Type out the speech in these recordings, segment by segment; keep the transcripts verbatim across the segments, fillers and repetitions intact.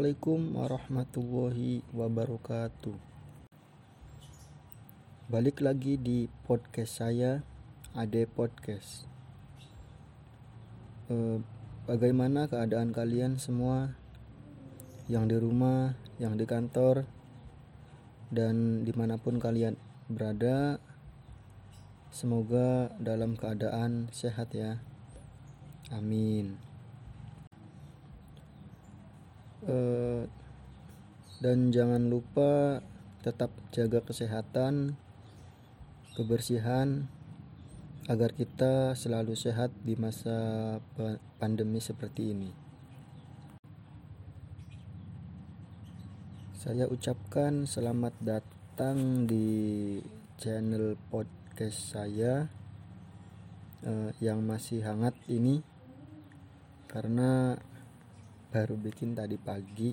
Assalamualaikum warahmatullahi wabarakatuh. Balik lagi di podcast saya, Ade Podcast. e, Bagaimana keadaan kalian semua, yang di rumah, yang di kantor, dan dimanapun kalian berada? Semoga dalam keadaan sehat ya. Amin. Uh, dan jangan lupa tetap jaga kesehatan, kebersihan, agar kita selalu sehat di masa pandemi seperti ini. Saya ucapkan selamat datang di channel podcast saya uh, yang masih hangat ini, karena baru bikin tadi pagi.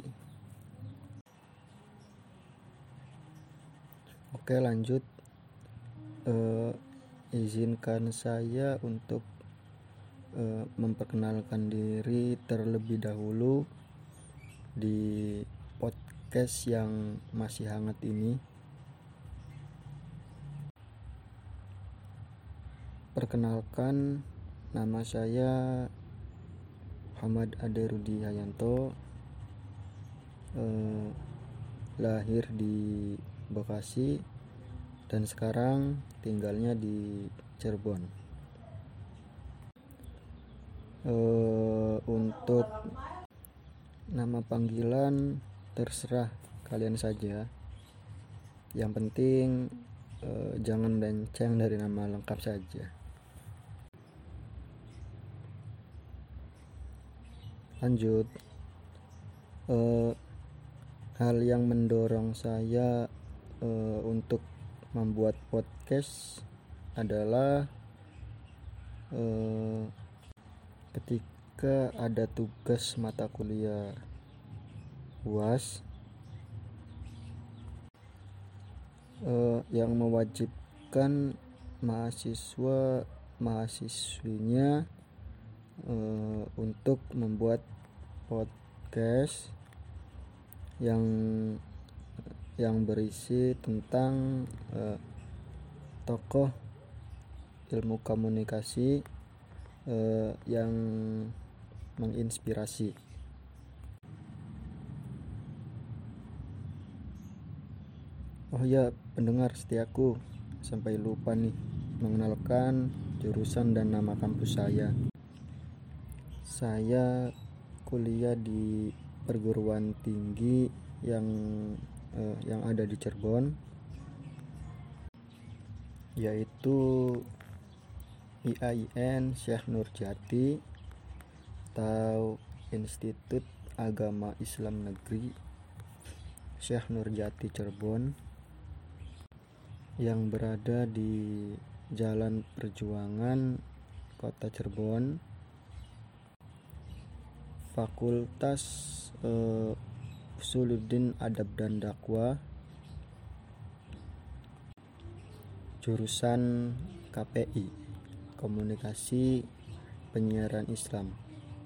Oke, lanjut. Uh, izinkan saya untuk uh, memperkenalkan diri terlebih dahulu di podcast yang masih hangat ini. Perkenalkan, nama saya Muhammad Ade Rudi Hayanto, eh, lahir di Bekasi dan sekarang tinggalnya di Cirebon. Eh, untuk nama panggilan terserah kalian saja. Yang penting eh, jangan lenceng dari nama lengkap saja. Lanjut. Uh, hal yang mendorong saya uh, untuk membuat podcast adalah uh, ketika ada tugas mata kuliah U A S uh, yang mewajibkan mahasiswa mahasiswinya uh, untuk membuat podcast yang yang berisi tentang uh, tokoh ilmu komunikasi uh, yang menginspirasi. Oh ya, pendengar setiaku, sampai lupa nih mengenalkan jurusan dan nama kampus saya. Saya kuliah di perguruan tinggi yang eh, yang ada di Cirebon, yaitu I A I N Syekh Nurjati atau Institut Agama Islam Negeri Syekh Nurjati Cirebon, yang berada di Jalan Perjuangan, Kota Cirebon. Fakultas uh, Usuluddin Adab dan Dakwah, jurusan K P I, Komunikasi Penyiaran Islam.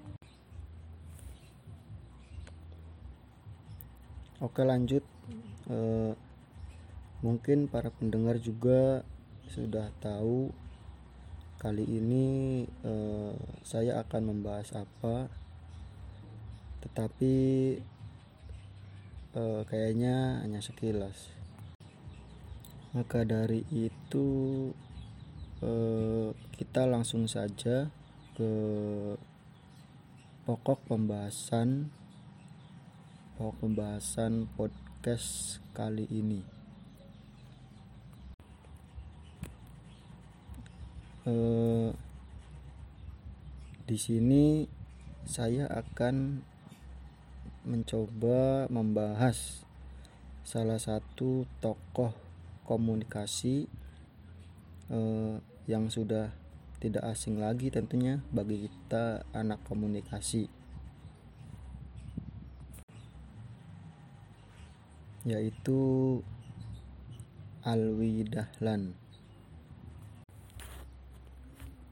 Oke, lanjut. Uh, mungkin para pendengar juga sudah tahu kali ini uh, saya akan membahas apa. Tetapi eh, kayaknya hanya sekilas. Maka dari itu eh, kita langsung saja ke pokok pembahasan pokok pembahasan podcast kali ini. Eh, di sini saya akan mencoba membahas salah satu tokoh komunikasi eh, yang sudah tidak asing lagi tentunya bagi kita anak komunikasi, yaitu Alwi Dahlan.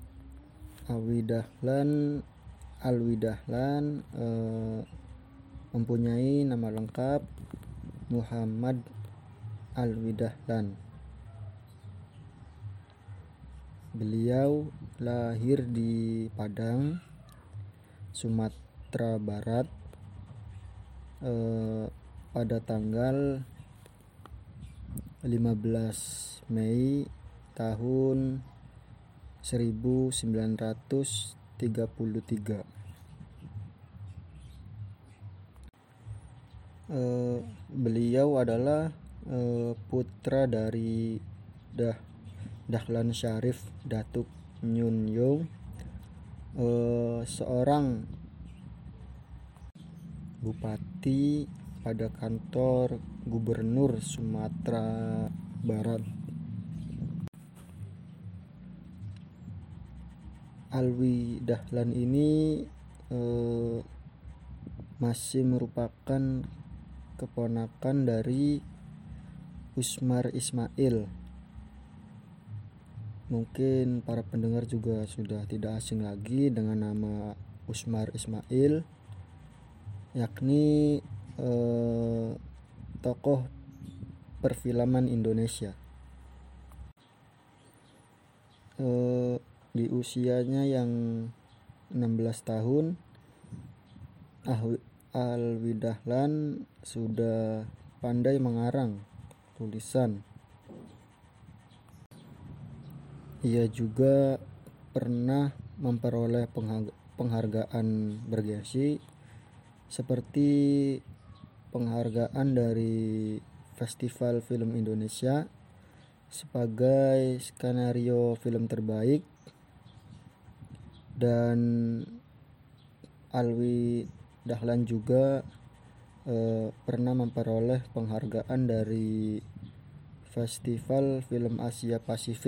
Alwi Dahlan Alwi Dahlan eh, mempunyai nama lengkap Muhammad Alwi Dahlan. Beliau lahir di Padang, Sumatera Barat eh, pada tanggal lima belas Mei tahun seribu sembilan ratus tiga puluh tiga. Eh, beliau adalah eh, putra dari Dah Dahlan Syarif Datuk Nyun Yung, eh, seorang bupati pada kantor Gubernur Sumatera Barat. Alwi Dahlan ini eh, masih merupakan keponakan dari Usmar Ismail. Mungkin para pendengar juga sudah tidak asing lagi dengan nama Usmar Ismail, yakni eh, tokoh perfilman Indonesia. Eh, di usianya yang enam belas tahun, Alwi Dahlan sudah pandai mengarang tulisan. Ia juga pernah memperoleh penghargaan bergengsi seperti penghargaan dari Festival Film Indonesia sebagai skenario film terbaik, dan Alwi Dahlan juga eh, pernah memperoleh penghargaan dari Festival Film Asia Pasifik.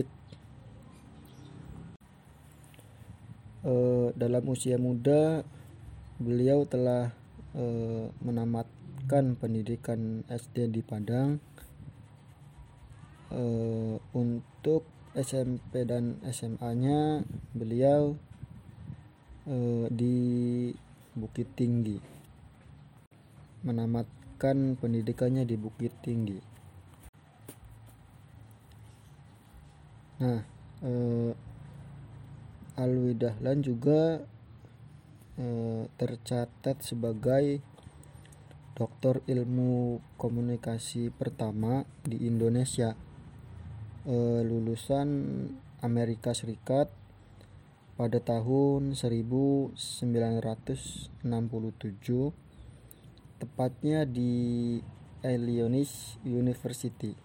Eh, dalam usia muda, beliau telah eh, menamatkan pendidikan S D di Padang. Eh, untuk S M P dan S M A-nya beliau eh, di Bukit Tinggi, menamatkan pendidikannya di Bukit Tinggi. Nah, eh, Alwi Dahlan juga eh, tercatat sebagai doktor ilmu komunikasi pertama di Indonesia, eh, lulusan Amerika Serikat pada tahun seribu sembilan ratus enam puluh tujuh, tepatnya di Illinois University.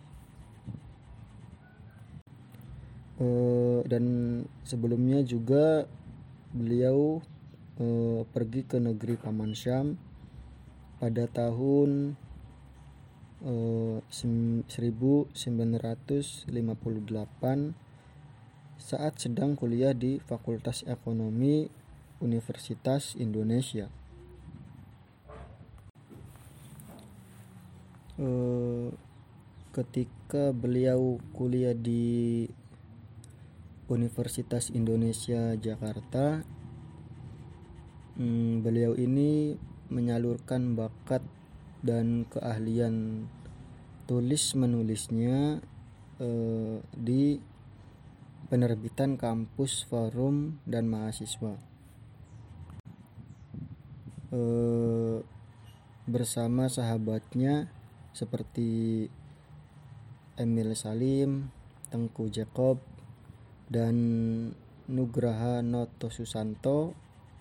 Uh, dan sebelumnya juga beliau uh, pergi ke negeri Paman Syam pada tahun uh, seribu sembilan ratus lima puluh delapan saat sedang kuliah di Fakultas Ekonomi Universitas Indonesia. Uh, ketika beliau kuliah di Universitas Indonesia Jakarta, hmm, beliau ini menyalurkan bakat dan keahlian tulis menulisnya eh, di penerbitan Kampus Forum dan Mahasiswa. Eh, bersama sahabatnya seperti Emil Salim, Tengku Jacob, dan Nugraha Noto Susanto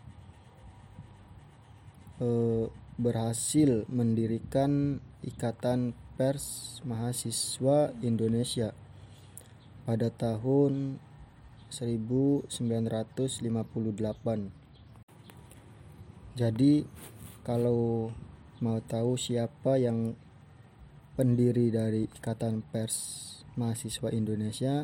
eh, berhasil mendirikan Ikatan Pers Mahasiswa Indonesia pada tahun seribu sembilan ratus lima puluh delapan. Jadi kalau mau tahu siapa yang pendiri dari Ikatan Pers Mahasiswa Indonesia,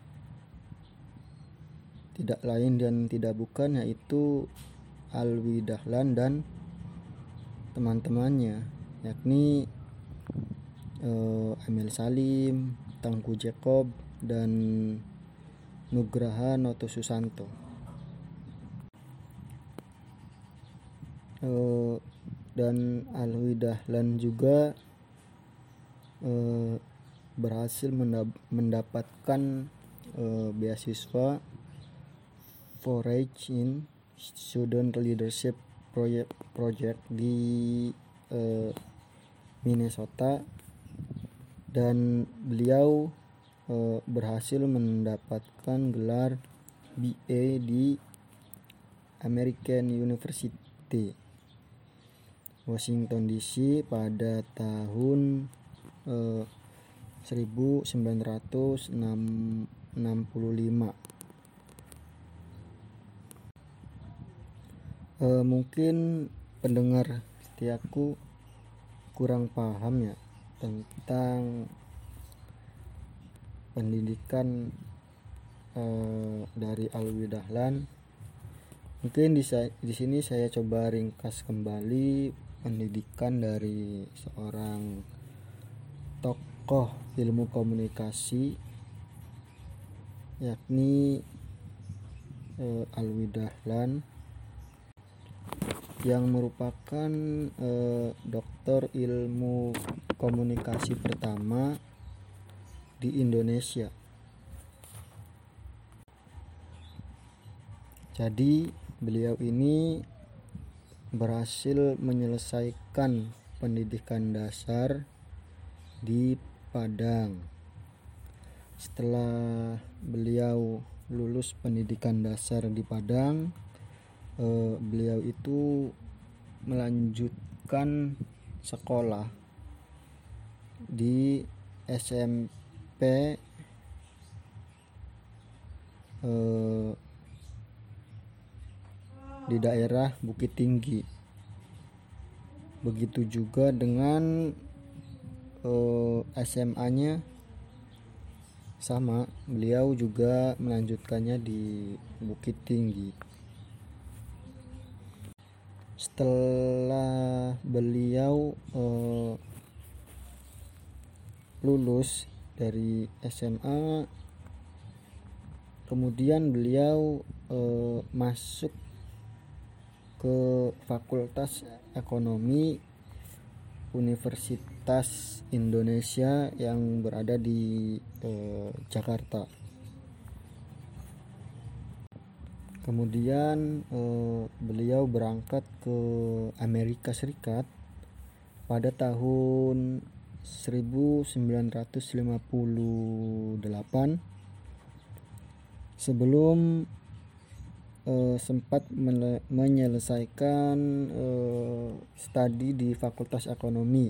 tidak lain dan tidak bukan yaitu Alwi Dahlan dan teman-temannya, yakni eh, Emil Salim, Tengku Jacob, dan Nugraha Noto Susanto. Eh, dan Alwi Dahlan juga eh, berhasil mendapatkan eh, beasiswa Forage in Student Leadership Project, project di eh, Minnesota, dan beliau eh, berhasil mendapatkan gelar B A di American University Washington D C pada tahun eh, seribu sembilan ratus enam puluh lima. Eh, mungkin pendengar setiaku kurang paham ya tentang pendidikan eh, dari Alwi Dahlan. Mungkin di, di sini saya coba ringkas kembali pendidikan dari seorang tokoh ilmu komunikasi, yakni eh, Alwi Dahlan, yang merupakan eh, doktor ilmu komunikasi pertama di Indonesia. Jadi beliau ini berhasil menyelesaikan pendidikan dasar di Padang. Setelah beliau lulus pendidikan dasar di Padang, eh, beliau itu melanjutkan sekolah di S M P eh, di daerah Bukit Tinggi. Begitu juga dengan eh, S M A-nya sama, beliau juga melanjutkannya di Bukit Tinggi. Setelah beliau eh, lulus dari S M A, kemudian beliau eh, masuk ke Fakultas Ekonomi Universitas Indonesia yang berada di eh, Jakarta. Kemudian eh, beliau berangkat ke Amerika Serikat pada tahun seribu sembilan ratus lima puluh delapan, sebelum Uh, sempat mele- menyelesaikan uh, studi di Fakultas Ekonomi.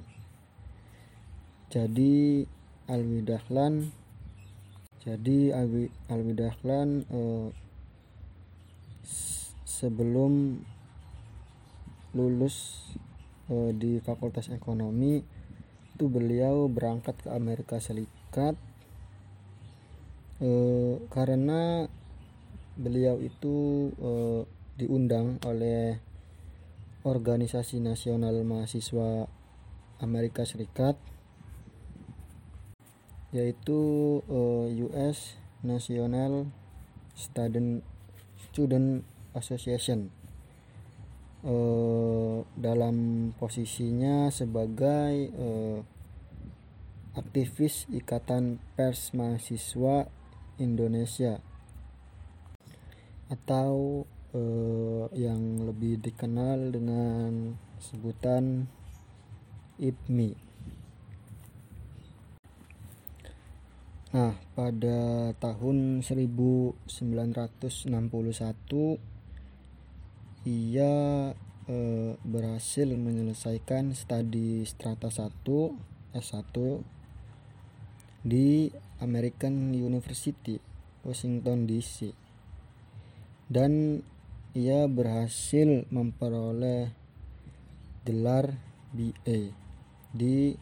Jadi Alwi Dahlan, jadi Alwi, Alwi Dahlan uh, s- sebelum lulus uh, di Fakultas Ekonomi itu beliau berangkat ke Amerika Serikat uh, karena beliau itu eh, diundang oleh Organisasi Nasional Mahasiswa Amerika Serikat, yaitu eh, U S National Student Student Association, eh, dalam posisinya sebagai eh, aktivis Ikatan Pers Mahasiswa Indonesia, atau eh, yang lebih dikenal dengan sebutan I P M I. Nah, pada tahun seribu sembilan ratus enam puluh satu ia eh, berhasil menyelesaikan studi strata satu S satu di American University Washington D C, dan ia berhasil memperoleh gelar B A di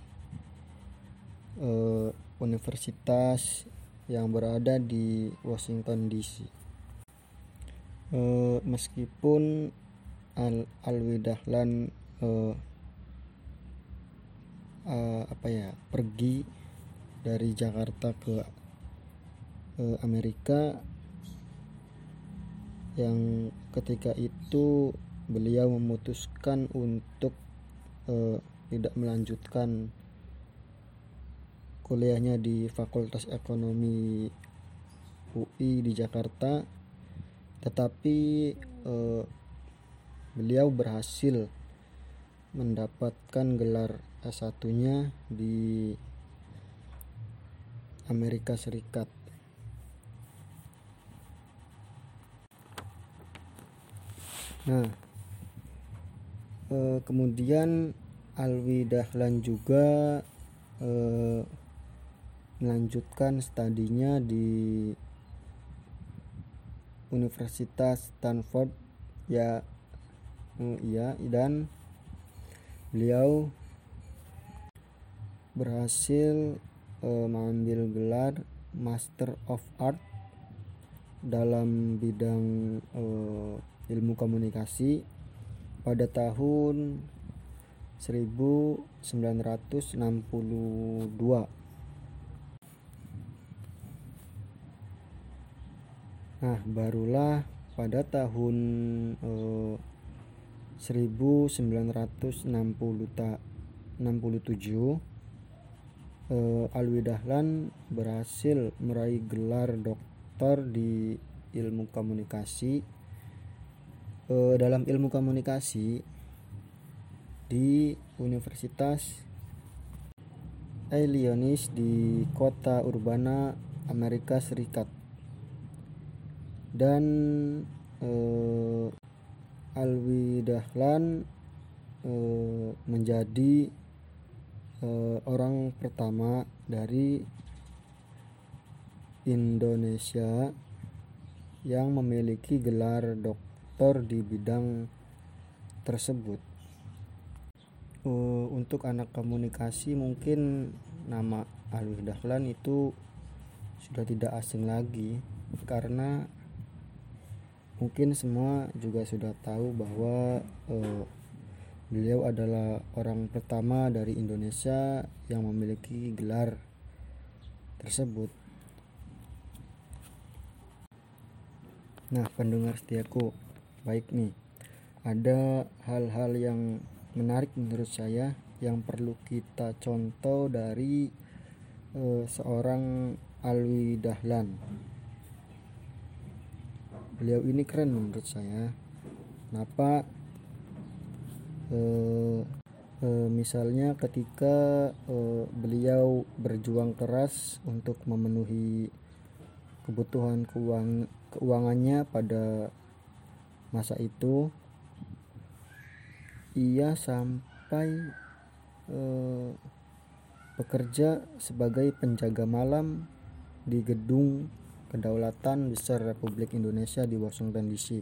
uh, universitas yang berada di Washington D C. Uh, meskipun Al Alwi Dahlan uh, uh, apa ya pergi dari Jakarta ke uh, Amerika, yang ketika itu beliau memutuskan untuk eh, tidak melanjutkan kuliahnya di Fakultas Ekonomi U I di Jakarta, tetapi eh, beliau berhasil mendapatkan gelar S satu-nya di Amerika Serikat. Nah, eh, kemudian Alwi Dahlan juga eh, melanjutkan studinya di Universitas Stanford ya eh, iya dan beliau berhasil eh, mengambil gelar Master of Art dalam bidang eh, ilmu komunikasi pada tahun seribu sembilan ratus enam puluh dua. Nah, barulah pada tahun eh, seribu sembilan ratus enam puluh tujuh eh, Alwi Dahlan berhasil meraih gelar doktor di ilmu komunikasi eh, dalam ilmu komunikasi di Universitas Illinois di kota Urbana, Amerika Serikat. Dan eh, Alwi Dahlan eh, menjadi eh, orang pertama dari Indonesia yang memiliki gelar doktor di bidang tersebut. Uh, untuk anak komunikasi mungkin nama Alwi Dahlan itu sudah tidak asing lagi, karena mungkin semua juga sudah tahu bahwa uh, beliau adalah orang pertama dari Indonesia yang memiliki gelar tersebut. Nah, pendengar setiaku, baik nih, ada hal-hal yang menarik menurut saya yang perlu kita contoh dari uh, seorang Alwi Dahlan. Beliau ini keren menurut saya. Kenapa? Uh, uh, misalnya ketika uh, beliau berjuang keras untuk memenuhi kebutuhan keuang, keuangannya pada masa itu, ia sampai eh, bekerja sebagai penjaga malam di gedung Kedaulatan Besar Republik Indonesia di Washington D C,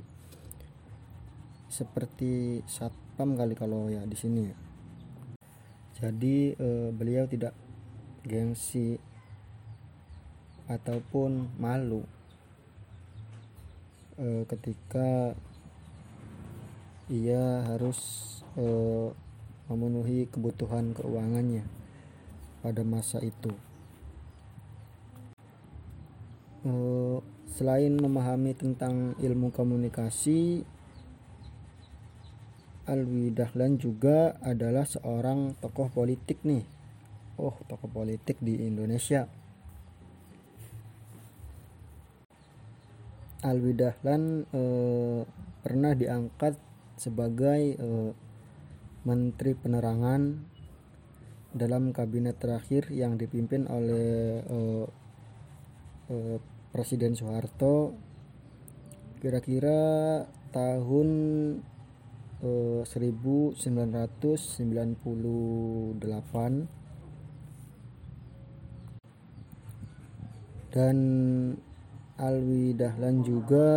seperti satpam kali kalau ya di sini ya. Jadi eh, beliau tidak gengsi ataupun malu eh, ketika ia harus eh, memenuhi kebutuhan keuangannya pada masa itu. Eh, selain memahami tentang ilmu komunikasi, Alwi Dahlan juga adalah seorang tokoh politik nih. Oh, tokoh politik di Indonesia. Alwi Dahlan eh, pernah diangkat sebagai eh, Menteri Penerangan dalam kabinet terakhir yang dipimpin oleh eh, eh, Presiden Soeharto kira-kira tahun eh, seribu sembilan ratus sembilan puluh delapan, dan Alwi Dahlan juga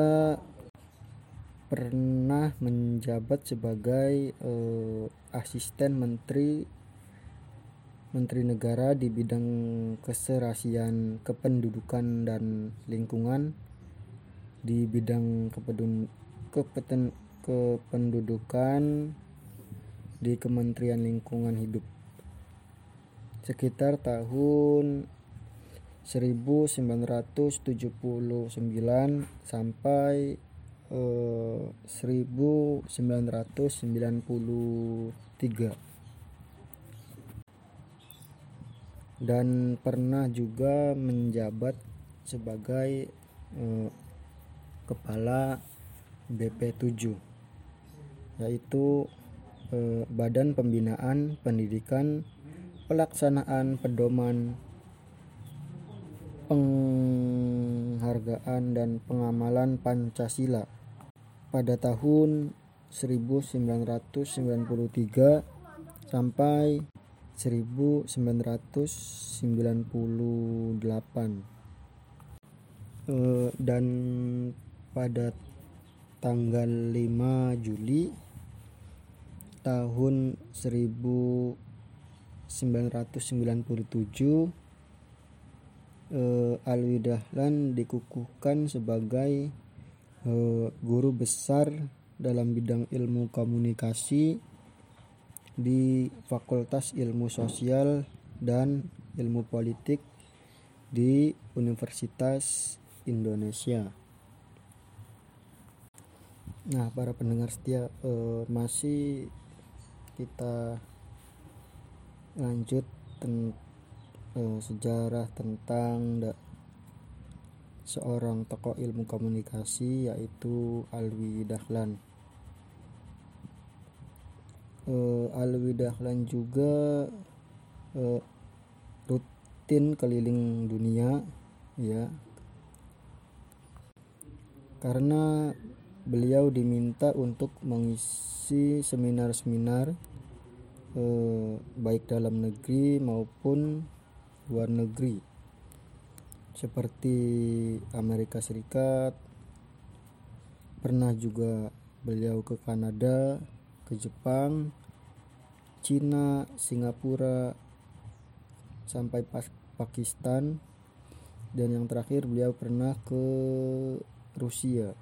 pernah menjabat sebagai eh, asisten menteri menteri negara di bidang keserasian kependudukan dan lingkungan, di bidang kepedun, kepeten, kependudukan di Kementerian Lingkungan Hidup sekitar tahun seribu sembilan ratus tujuh puluh sembilan sampai eh, seribu sembilan ratus sembilan puluh tiga. dan pernah juga menjabat sebagai eh, kepala B P tujuh, yaitu eh, Badan Pembinaan Pendidikan Pelaksanaan Pedoman Penghargaan dan Pengamalan Pancasila pada tahun seribu sembilan ratus sembilan puluh tiga sampai seribu sembilan ratus sembilan puluh delapan. E, dan pada tanggal lima Juli tahun seribu sembilan ratus sembilan puluh tujuh, e, Alwi Dahlan dikukuhkan sebagai e, guru besar dalam bidang ilmu komunikasi di Fakultas Ilmu Sosial dan Ilmu Politik di Universitas Indonesia. Nah, para pendengar setia, eh, masih kita lanjut ten, eh, sejarah tentang da, seorang tokoh ilmu komunikasi, yaitu Alwi Dahlan. Uh, Alwi Dahlan juga uh, rutin keliling dunia, ya, karena beliau diminta untuk mengisi seminar-seminar uh, baik dalam negeri maupun luar negeri, seperti Amerika Serikat. Pernah juga beliau ke Kanada, ke Jepang, Cina, Singapura, sampai Pakistan, dan yang terakhir beliau pernah ke Rusia.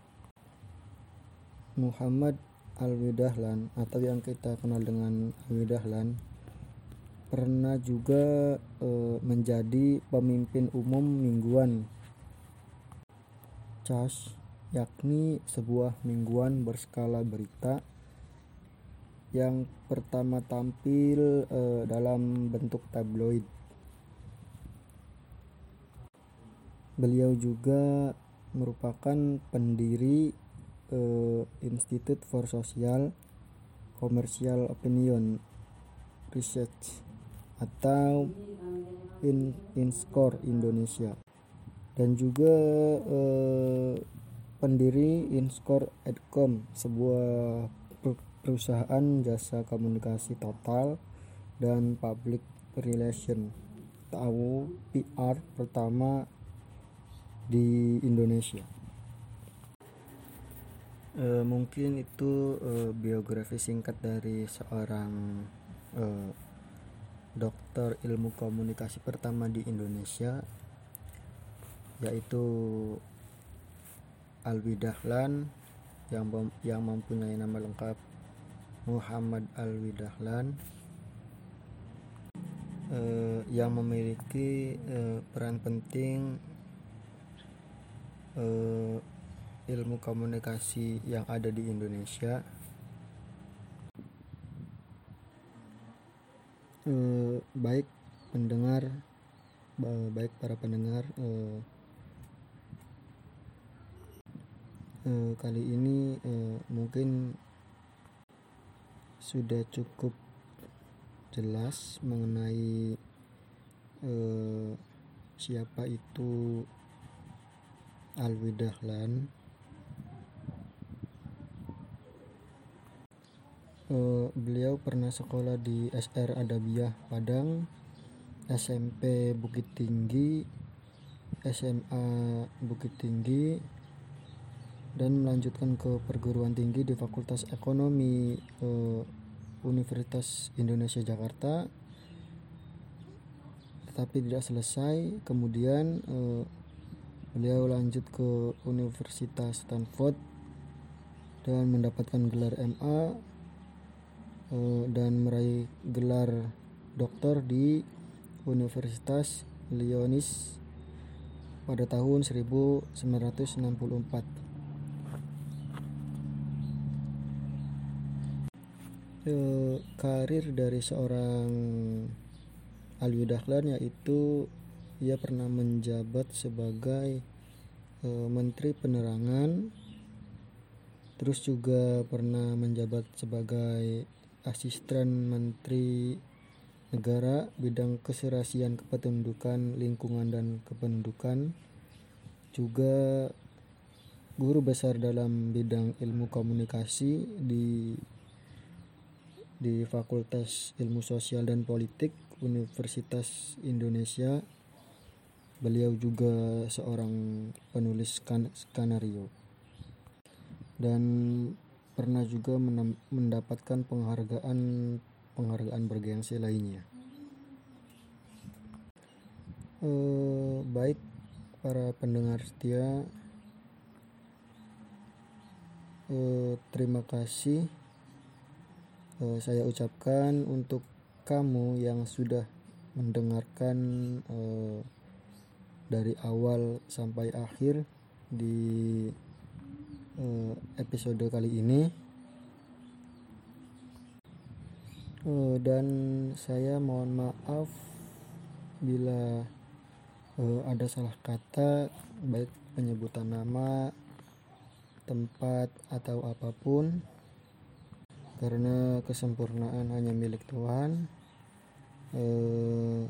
Muhammad Alwi Dahlan, atau yang kita kenal dengan Alwi Dahlan, pernah juga e, menjadi pemimpin umum mingguan C A S, yakni sebuah mingguan berskala berita yang pertama tampil eh, dalam bentuk tabloid. Beliau juga merupakan pendiri eh, Institute for Social Commercial Opinion Research atau In INSCOR Indonesia, dan juga eh, pendiri INSCOR Edcom, sebuah perusahaan jasa komunikasi total dan public relation atau P R pertama di Indonesia. E, mungkin itu e, biografi singkat dari seorang e, dokter ilmu komunikasi pertama di Indonesia, yaitu Alwi Dahlan, yang yang mempunyai nama lengkap Muhammad Alwi Dahlan, eh, yang memiliki eh, peran penting eh, ilmu komunikasi yang ada di Indonesia. Eh, baik pendengar, baik para pendengar, eh, eh, kali ini eh, mungkin sudah cukup jelas mengenai eh, siapa itu Alwi Dahlan. Eh, beliau pernah sekolah di S R Adabiah Padang, S M P Bukit Tinggi, S M A Bukit Tinggi, dan melanjutkan ke perguruan tinggi di Fakultas Ekonomi eh, Universitas Indonesia Jakarta, tetapi tidak selesai. Kemudian eh, beliau lanjut ke Universitas Stanford dan mendapatkan gelar M A eh, dan meraih gelar doktor di Universitas Illinois pada tahun seribu sembilan ratus enam puluh empat. Eh, karir dari seorang Alwi Dahlan, yaitu ia pernah menjabat sebagai e, Menteri Penerangan, terus juga pernah menjabat sebagai Asisten Menteri Negara bidang keserasian kependudukan, lingkungan dan kependudukan, juga guru besar dalam bidang ilmu komunikasi di di Fakultas Ilmu Sosial dan Politik Universitas Indonesia. Beliau juga seorang penulis skan- skenario dan pernah juga menem- mendapatkan penghargaan penghargaan bergengsi lainnya. Eh, baik para pendengar setia, eh, terima kasih eh, saya ucapkan untuk kamu yang sudah mendengarkan eh, dari awal sampai akhir di eh, episode kali ini. Uh, dan saya mohon maaf bila uh, ada salah kata, baik penyebutan nama, tempat, atau apapun, karena kesempurnaan hanya milik Tuhan. Uh,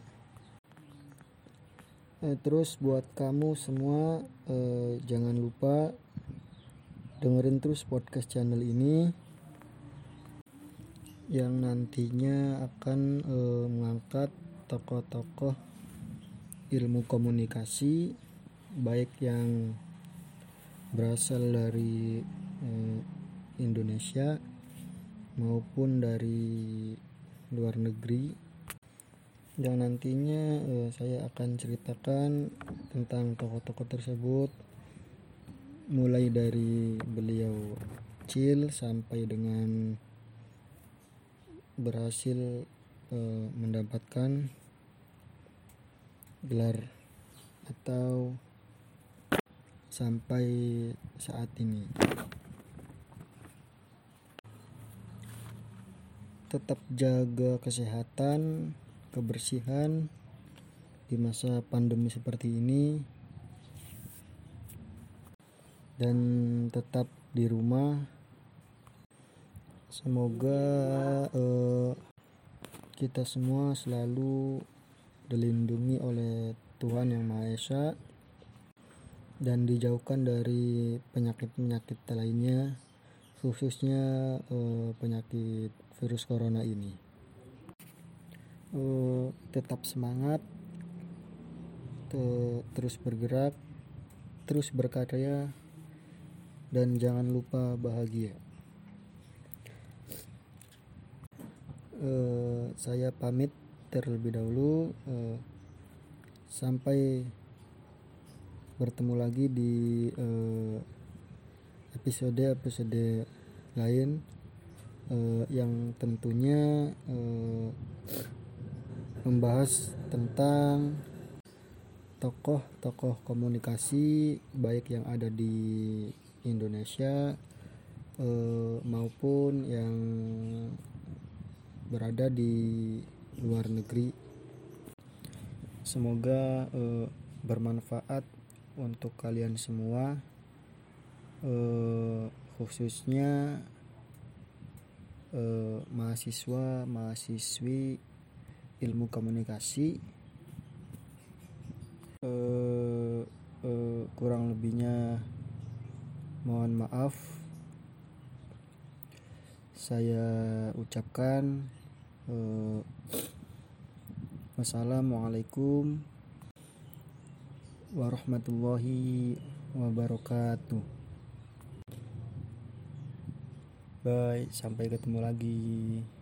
uh, terus buat kamu semua, uh, jangan lupa dengerin terus podcast channel ini yang nantinya akan e, mengangkat tokoh-tokoh ilmu komunikasi, baik yang berasal dari e, Indonesia maupun dari luar negeri, yang nantinya e, saya akan ceritakan tentang tokoh-tokoh tersebut, mulai dari beliau kecil sampai dengan berhasil uh, mendapatkan gelar atau sampai saat ini. Tetap jaga kesehatan, kebersihan di masa pandemi seperti ini, dan tetap di rumah. Semoga eh, kita semua selalu dilindungi oleh Tuhan Yang Maha Esa dan dijauhkan dari penyakit-penyakit lainnya, khususnya eh, penyakit virus corona ini. Eh, tetap semangat, te- terus bergerak, terus berkarya, dan jangan lupa bahagia. Uh, saya pamit terlebih dahulu. Uh, sampai bertemu lagi di uh, episode-episode lain uh, yang tentunya uh, membahas tentang tokoh-tokoh komunikasi, baik yang ada di Indonesia uh, maupun yang berada di luar negeri. Semoga eh, bermanfaat untuk kalian semua, eh, khususnya eh, mahasiswa mahasiswi ilmu komunikasi. Eh, eh, kurang lebihnya mohon maaf. Saya ucapkan Uh, wassalamualaikum warahmatullahi wabarakatuh. Bye, sampai ketemu lagi.